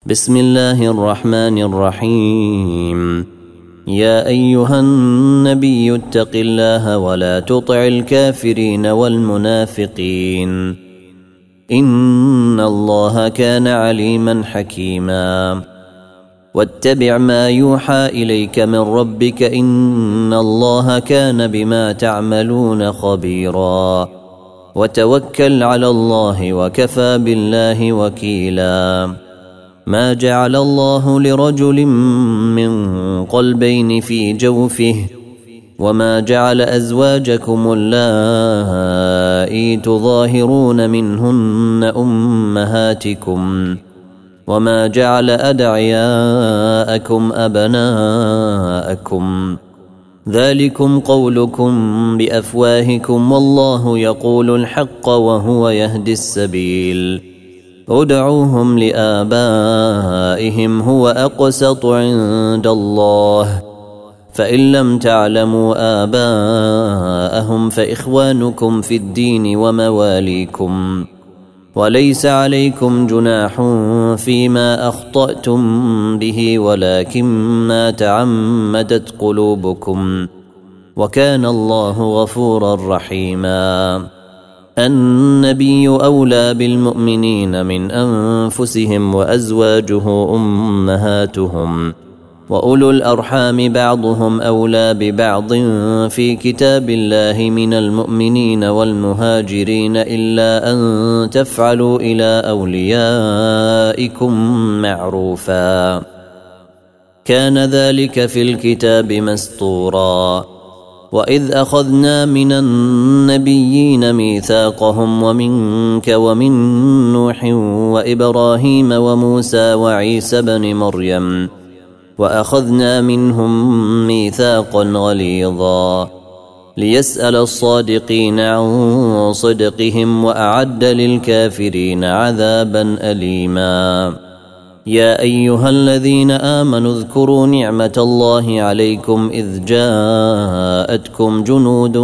بسم الله الرحمن الرحيم. يا أيها النبي اتق الله ولا تطع الكافرين والمنافقين إن الله كان عليما حكيما. واتبع ما يوحى إليك من ربك إن الله كان بما تعملون خبيرا. وتوكل على الله وكفى بالله وكيلا. ما جعل الله لرجل من قلبين في جوفه وما جعل أزواجكم اللائي تظاهرون منهن أمهاتكم وما جعل أدعياءكم أبناءكم ذلكم قولكم بأفواهكم والله يقول الحق وهو يهدي السبيل. ادعوهم لآبائهم هو أقسط عند الله فإن لم تعلموا آباءهم فإخوانكم في الدين ومواليكم وليس عليكم جناح فيما أخطأتم به ولكن ما تعمدت قلوبكم وكان الله غفورا رحيما. النبي أولى بالمؤمنين من أنفسهم وأزواجه أمهاتهم وأولو الأرحام بعضهم أولى ببعض في كتاب الله من المؤمنين والمهاجرين إلا أن تفعلوا إلى أوليائكم معروفا كان ذلك في الكتاب مسطورا. وإذ أخذنا من النبيين ميثاقهم ومنك ومن نوح وإبراهيم وموسى وعيسى بن مريم وأخذنا منهم ميثاقا غليظا ليسأل الصادقين عن صدقهم وأعد للكافرين عذابا أليما. يا أيها الذين آمنوا اذكروا نعمة الله عليكم إذ جاءتكم جنود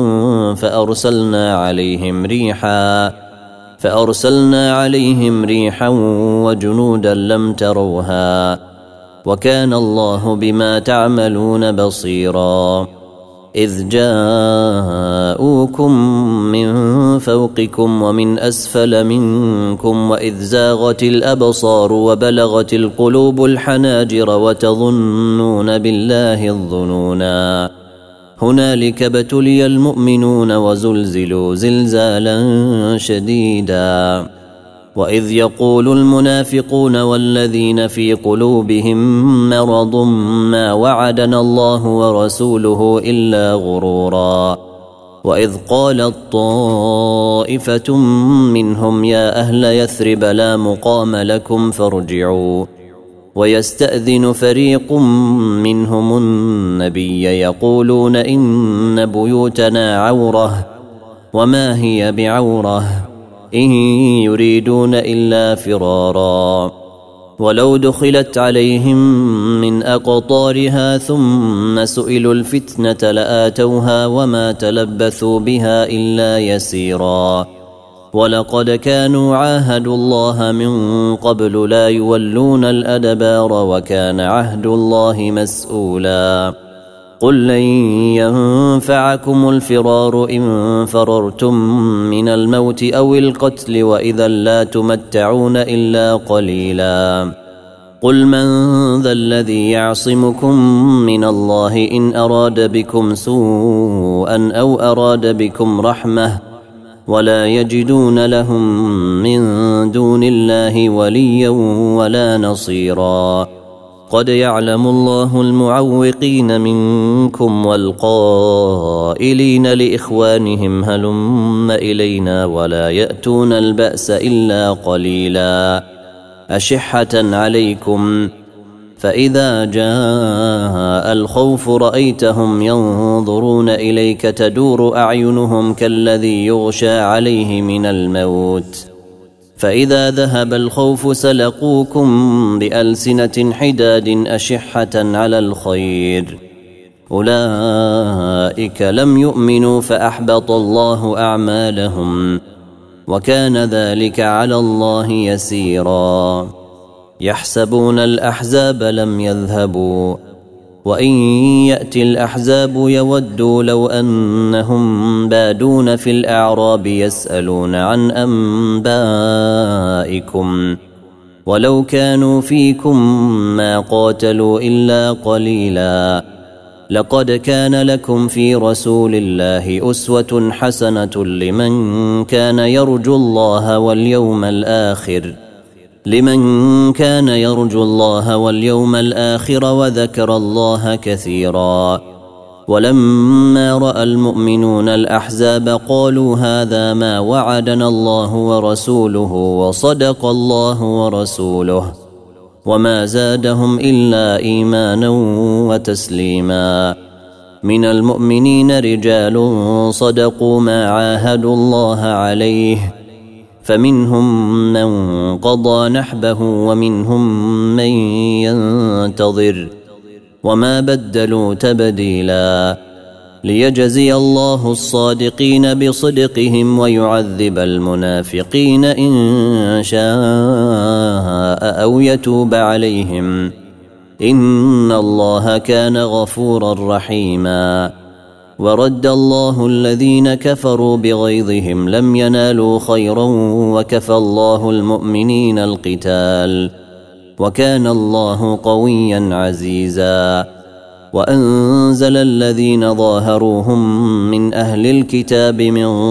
فأرسلنا عليهم ريحا وجنودا لم تروها وكان الله بما تعملون بصيرا. إذ جاءوكم من فوقكم ومن أسفل منكم وإذ زاغت الأبصار وبلغت القلوب الحناجر وتظنون بالله الظنونا هنالك ابتلي المؤمنون وزلزلوا زلزالا شديدا. وإذ يقول المنافقون والذين في قلوبهم مرض ما وعدنا الله ورسوله إلا غرورا. وإذ قالت طائفة منهم يا أهل يثرب لا مقام لكم فارجعوا ويستأذن فريق منهم النبي يقولون إن بيوتنا عورة وما هي بعورة إن يريدون إلا فرارا. ولو دخلت عليهم من أقطارها ثم سئلوا الفتنة لآتوها وما تلبثوا بها إلا يسيرا. ولقد كانوا عاهدوا الله من قبل لا يولون الأدبار وكان عهد الله مسؤولا. قل لن ينفعكم الفرار إن فررتم من الموت أو القتل وإذا لا تمتعون إلا قليلا. قل من ذا الذي يعصمكم من الله إن أراد بكم سوءا أو أراد بكم رحمة ولا يجدون لهم من دون الله وليا ولا نصيرا. قد يعلم الله المعوقين منكم والقائلين لإخوانهم هلم إلينا ولا يأتون البأس إلا قليلا أشحة عليكم فإذا جاء الخوف رأيتهم ينظرون إليك تدور أعينهم كالذي يغشى عليه من الموت فإذا ذهب الخوف سلقوكم بألسنة حداد أشحة على الخير أولئك لم يؤمنوا فأحبط الله أعمالهم وكان ذلك على الله يسيرا. يحسبون الأحزاب لم يذهبوا وإن يأتي الأحزاب يودوا لو أنهم بادون في الأعراب يسألون عن أنبائكم ولو كانوا فيكم ما قاتلوا إلا قليلا لقد كان لكم في رسول الله أسوة حسنة لمن كان يرجو الله واليوم الآخر وذكر الله كثيرا. ولما رأى المؤمنون الأحزاب قالوا هذا ما وعدنا الله ورسوله وصدق الله ورسوله وما زادهم إلا إيمانا وتسليما. من المؤمنين رجال صدقوا ما عاهدوا الله عليه فمنهم من قضى نحبه ومنهم من ينتظر وما بدلوا تبديلا ليجزي الله الصادقين بصدقهم ويعذب المنافقين إن شاء أو يتوب عليهم إن الله كان غفورا رحيما. ورد الله الذين كفروا بغيظهم لم ينالوا خيرا وكفى الله المؤمنين القتال وكان الله قويا عزيزا. وأنزل الذين ظاهروهم من أهل الكتاب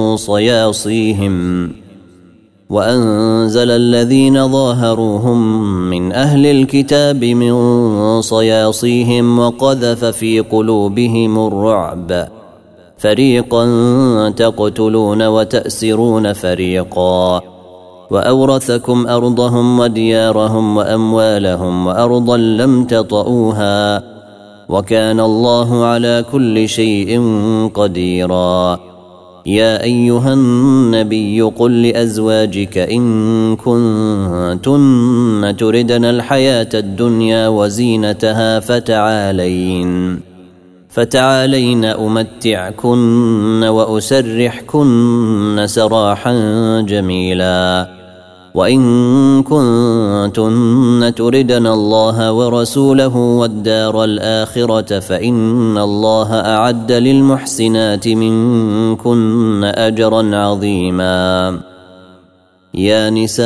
من صياصيهم وقذف في قلوبهم الرعب فريقا تقتلون وتأسرون فريقا وأورثكم أرضهم وديارهم وأموالهم وأرضا لم تطئوها وكان الله على كل شيء قديرا. يا أيها النبي قل لأزواجك إن كنتن تردن الحياة الدنيا وزينتها فتعالين أمتعكن وأسرحكن سراحا جميلا. وإن كنتن تردن الله ورسوله والدار الآخرة فإن الله أعد للمحسنات منكن أجرا عظيما. يا نساء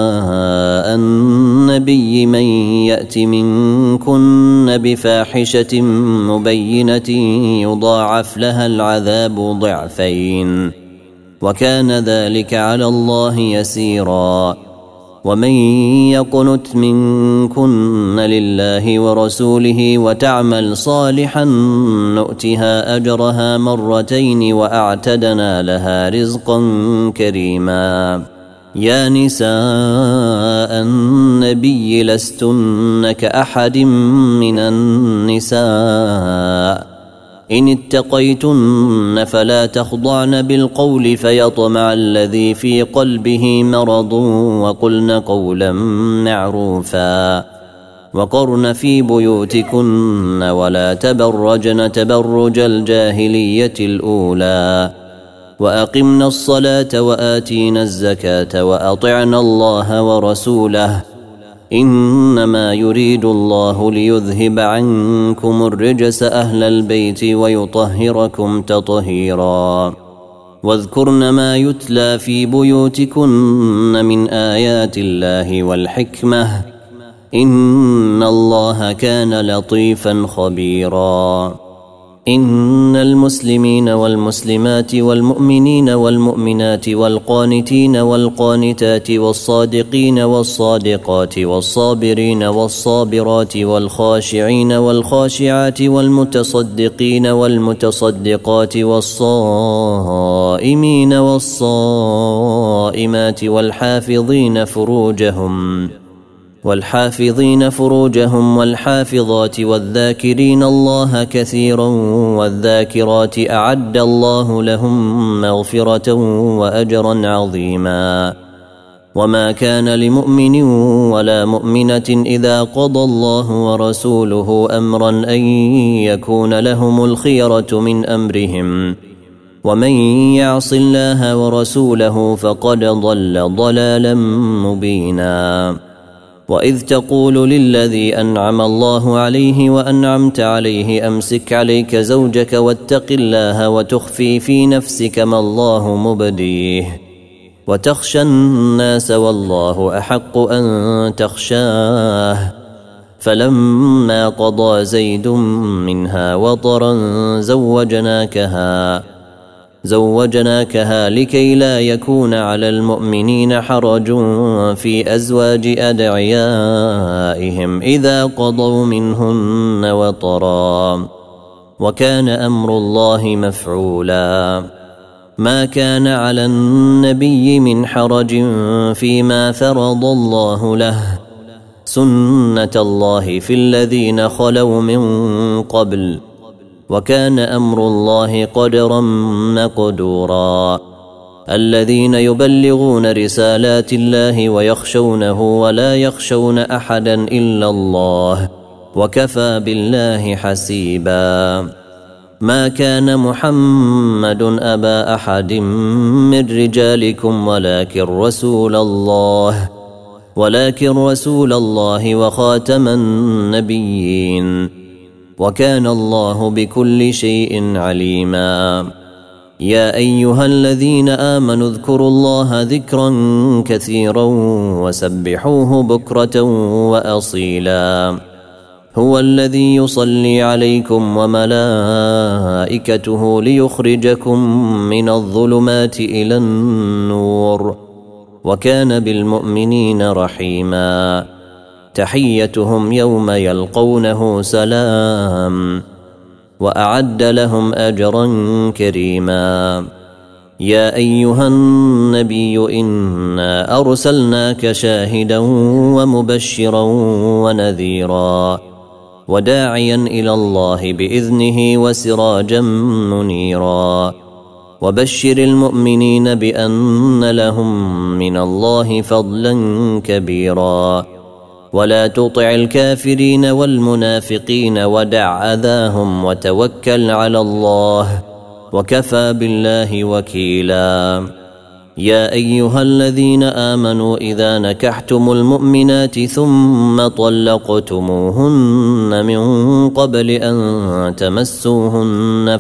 النبي من يأت منكن بفاحشة مبينة يضاعف لها العذاب ضعفين وكان ذلك على الله يسيرا. ومن يقنت منكن لله ورسوله وتعمل صالحا نؤتها أجرها مرتين وأعتدنا لها رزقا كريما. يا نساء النبي لستن كأحد من النساء إن اتقيتن فلا تخضعن بالقول فيطمع الذي في قلبه مرض وقلن قولا معروفا وقرن في بيوتكن ولا تبرجن تبرج الجاهلية الأولى وأقمنا الصلاة وآتينا الزكاة وأطعنا الله ورسوله إنما يريد الله ليذهب عنكم الرجس أهل البيت ويطهركم تطهيرا. واذكرن ما يتلى في بيوتكن من آيات الله والحكمة إن الله كان لطيفا خبيرا. إن المسلمين والمسلمات والمؤمنين والمؤمنات والقانتين والقانتات والصادقين والصادقات والصابرين والصابرات والخاشعين والخاشعات والمتصدقين والمتصدقات والصائمين والصائمات والحافظين فروجهم والحافظات والذاكرين الله كثيرا والذاكرات أعد الله لهم مغفرة وأجرا عظيما. وما كان لمؤمن ولا مؤمنة إذا قضى الله ورسوله أمرا أن يكون لهم الخيرة من أمرهم ومن يعص الله ورسوله فقد ضل ضلالا مبينا. وإذ تقول للذي أنعم الله عليه وأنعمت عليه أمسك عليك زوجك واتق الله وتخفي في نفسك ما الله مبديه وتخشى الناس والله أحق أن تخشاه فلما قضى زيد منها وطرا زوجناكها لكي لا يكون على المؤمنين حرج في أزواج أدعيائهم إذا قضوا منهن وطرا وكان أمر الله مفعولا ما كان على النبي من حرج فيما فرض الله له سنة الله في الذين خلوا من قبل وكان أمر الله قدرا مقدورا الذين يبلغون رسالات الله ويخشونه ولا يخشون أحدا إلا الله وكفى بالله حسيبا ما كان محمد أبا أحد من رجالكم ولكن رسول الله وخاتم النبيين وكان الله بكل شيء عليما يا أيها الذين آمنوا اذكروا الله ذكرا كثيرا وسبحوه بكرة وأصيلا هو الذي يصلي عليكم وملائكته ليخرجكم من الظلمات إلى النور وكان بالمؤمنين رحيما تحيتهم يوم يلقونه سلام وأعد لهم أجرا كريما يا أيها النبي إنا أرسلناك شاهدا ومبشرا ونذيرا وداعيا إلى الله بإذنه وسراجا منيرا وبشر المؤمنين بأن لهم من الله فضلا كبيرا ولا تطع الكافرين والمنافقين ودع أذاهم وتوكل على الله وكفى بالله وكيلا يا أيها الذين آمنوا إذا نكحتم المؤمنات ثم طلقتموهن من قبل أن تمسوهن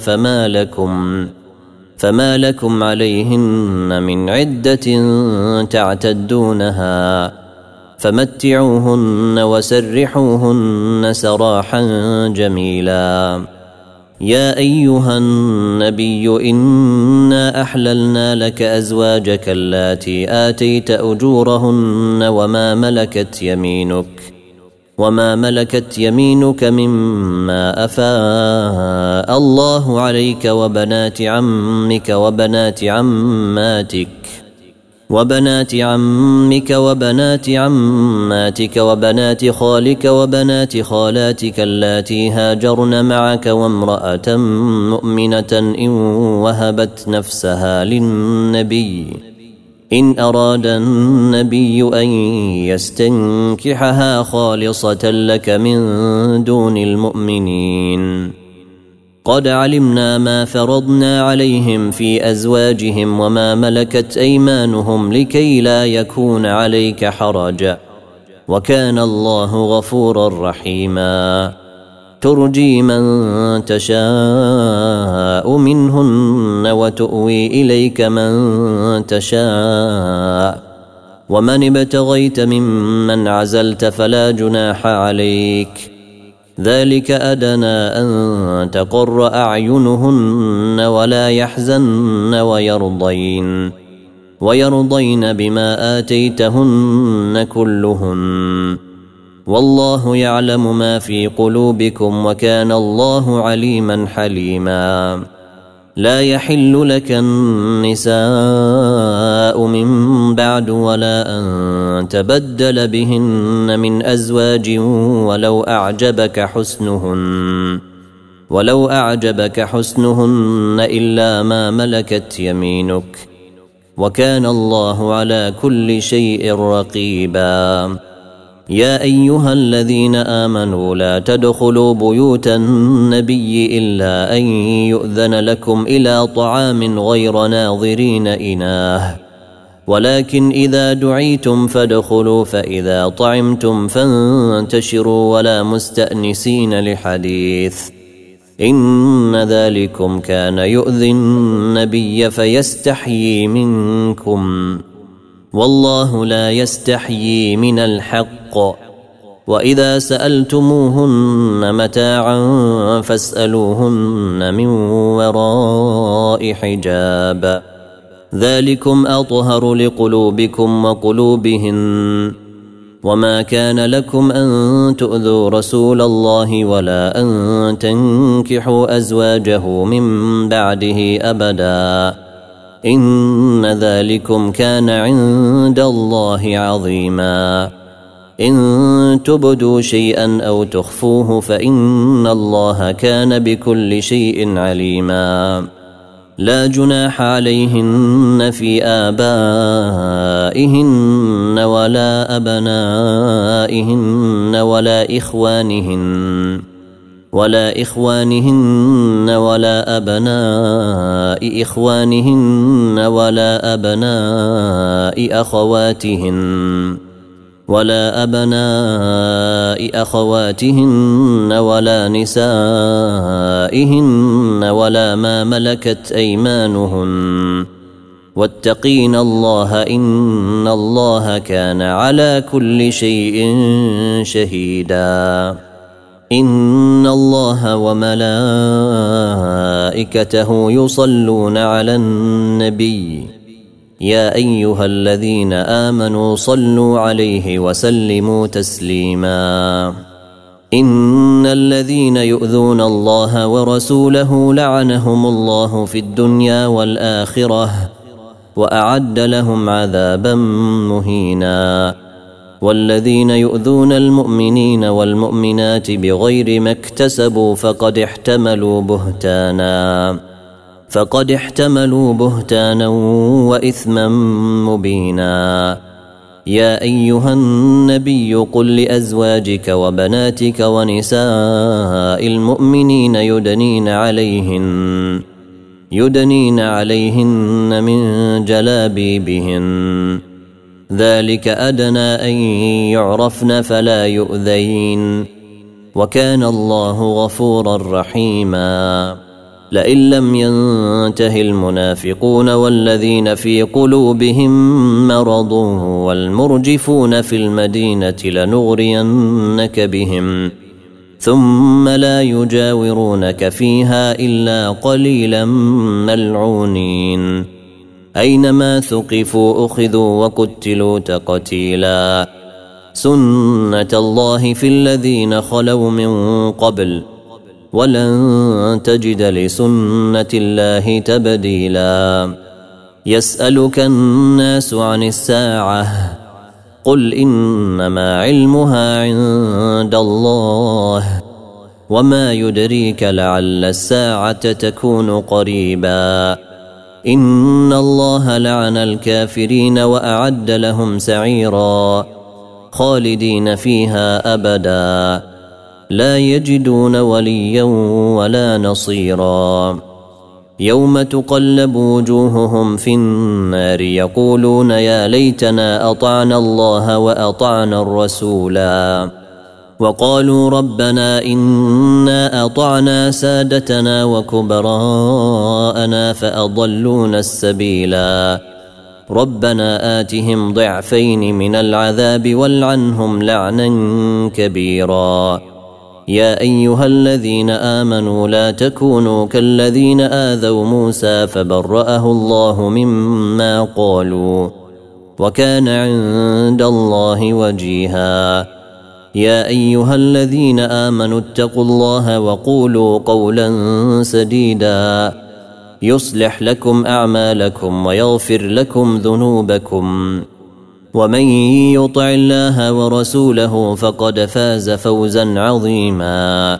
فما لكم عليهن من عدة تعتدونها فمتعوهن وسرحوهن سراحا جميلا يا أيها النبي إنا أحللنا لك أزواجك اللاتي آتيت أجورهن وما ملكت يمينك مما أفاء الله عليك وبنات عمك وبنات عماتك وبنات خالك وبنات خالاتك اللاتي هاجرن معك وامرأة مؤمنة إن وهبت نفسها للنبي إن أراد النبي أن يستنكحها خالصة لك من دون المؤمنين قد علمنا ما فرضنا عليهم في أزواجهم وما ملكت أيمانهم لكي لا يكون عليك حرج وكان الله غفورا رحيما ترجي من تشاء منهن وتؤوي إليك من تشاء ومن ابتغيت ممن عزلت فلا جناح عليك ذلك أدنى أن تقر أعينهن ولا يحزن ويرضين بما آتيتهن كلهن والله يعلم ما في قلوبكم وكان الله عليما حليما لا يحل لك النساء من بعد ولا أن تبدل بهن من أزواج ولو أعجبك حسنهن إلا ما ملكت يمينك وكان الله على كل شيء رقيبا يا أيها الذين آمنوا لا تدخلوا بيوت النبي إلا أن يؤذن لكم إلى طعام غير ناظرين إناه ولكن إذا دعيتم فادخلوا فإذا طعمتم فانتشروا ولا مستأنسين لحديث إن ذلكم كان يؤذي النبي فيستحيي منكم والله لا يستحيي من الحق وإذا سألتموهن متاعا فاسألوهن من وراء حجاب ذلكم أطهر لقلوبكم وقلوبهن وما كان لكم أن تؤذوا رسول الله ولا أن تنكحوا أزواجه من بعده أبدا إن ذلكم كان عند الله عظيما إن تبدوا شيئا أو تخفوه فإن الله كان بكل شيء عليما لا جناح عليهن في آبائهن ولا أبنائهن ولا إخوانهن ولا أبناء إخوانهن ولا أبناء أخواتهن ولا نسائهن ولا ما ملكت أيمانهن واتقين الله إن الله كان على كل شيء شهيدا إن الله وملائكته يصلون على النبي يا أيها الذين آمنوا صلوا عليه وسلموا تسليما إن الذين يؤذون الله ورسوله لعنهم الله في الدنيا والآخرة وأعد لهم عذابا مهينا والذين يؤذون المؤمنين والمؤمنات بغير ما اكتسبوا فقد احتملوا بهتانا وإثما مبينا يا أيها النبي قل لأزواجك وبناتك ونساء المؤمنين يدنين عليهن من جلابيبهن ذلك أدنى أن يعرفن فلا يؤذين وكان الله غفورا رحيما لئن لم ينته المنافقون والذين في قلوبهم مرض والمرجفون في المدينة لنغرينك بهم ثم لا يجاورونك فيها إلا قليلا ملعونين أينما ثقفوا أخذوا وقتلوا تقتيلا سنة الله في الذين خلوا من قبل ولن تجد لسنة الله تبديلا يسألك الناس عن الساعة قل إنما علمها عند الله وما يدريك لعل الساعة تكون قريبا إن الله لعن الكافرين وأعد لهم سعيرا خالدين فيها أبدا لا يجدون وليا ولا نصيرا يوم تقلب وجوههم في النار يقولون يا ليتنا أطعنا الله وأطعنا الرسولا وقالوا ربنا إنا أطعنا سادتنا وكبراءنا فأضلونا السبيلا ربنا آتهم ضعفين من العذاب والعنهم لعنا كبيرا يا أيها الذين آمنوا لا تكونوا كالذين آذوا موسى فبرأه الله مما قالوا وكان عند الله وجيها يا أيها الذين آمنوا اتقوا الله وقولوا قولا سديدا يصلح لكم أعمالكم ويغفر لكم ذنوبكم ومن يطع الله ورسوله فقد فاز فوزا عظيما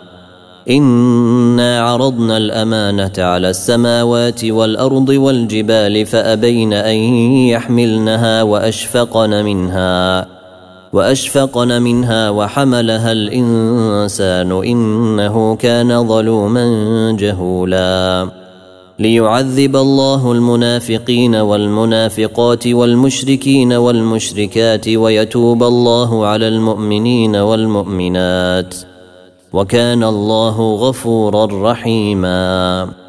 إنا عرضنا الأمانة على السماوات والأرض والجبال فأبين أن يحملنها وأشفقن منها وحملها الإنسان إنه كان ظلوما جهولا ليعذب الله المنافقين والمنافقات والمشركين والمشركات ويتوب الله على المؤمنين والمؤمنات وكان الله غفورا رحيما.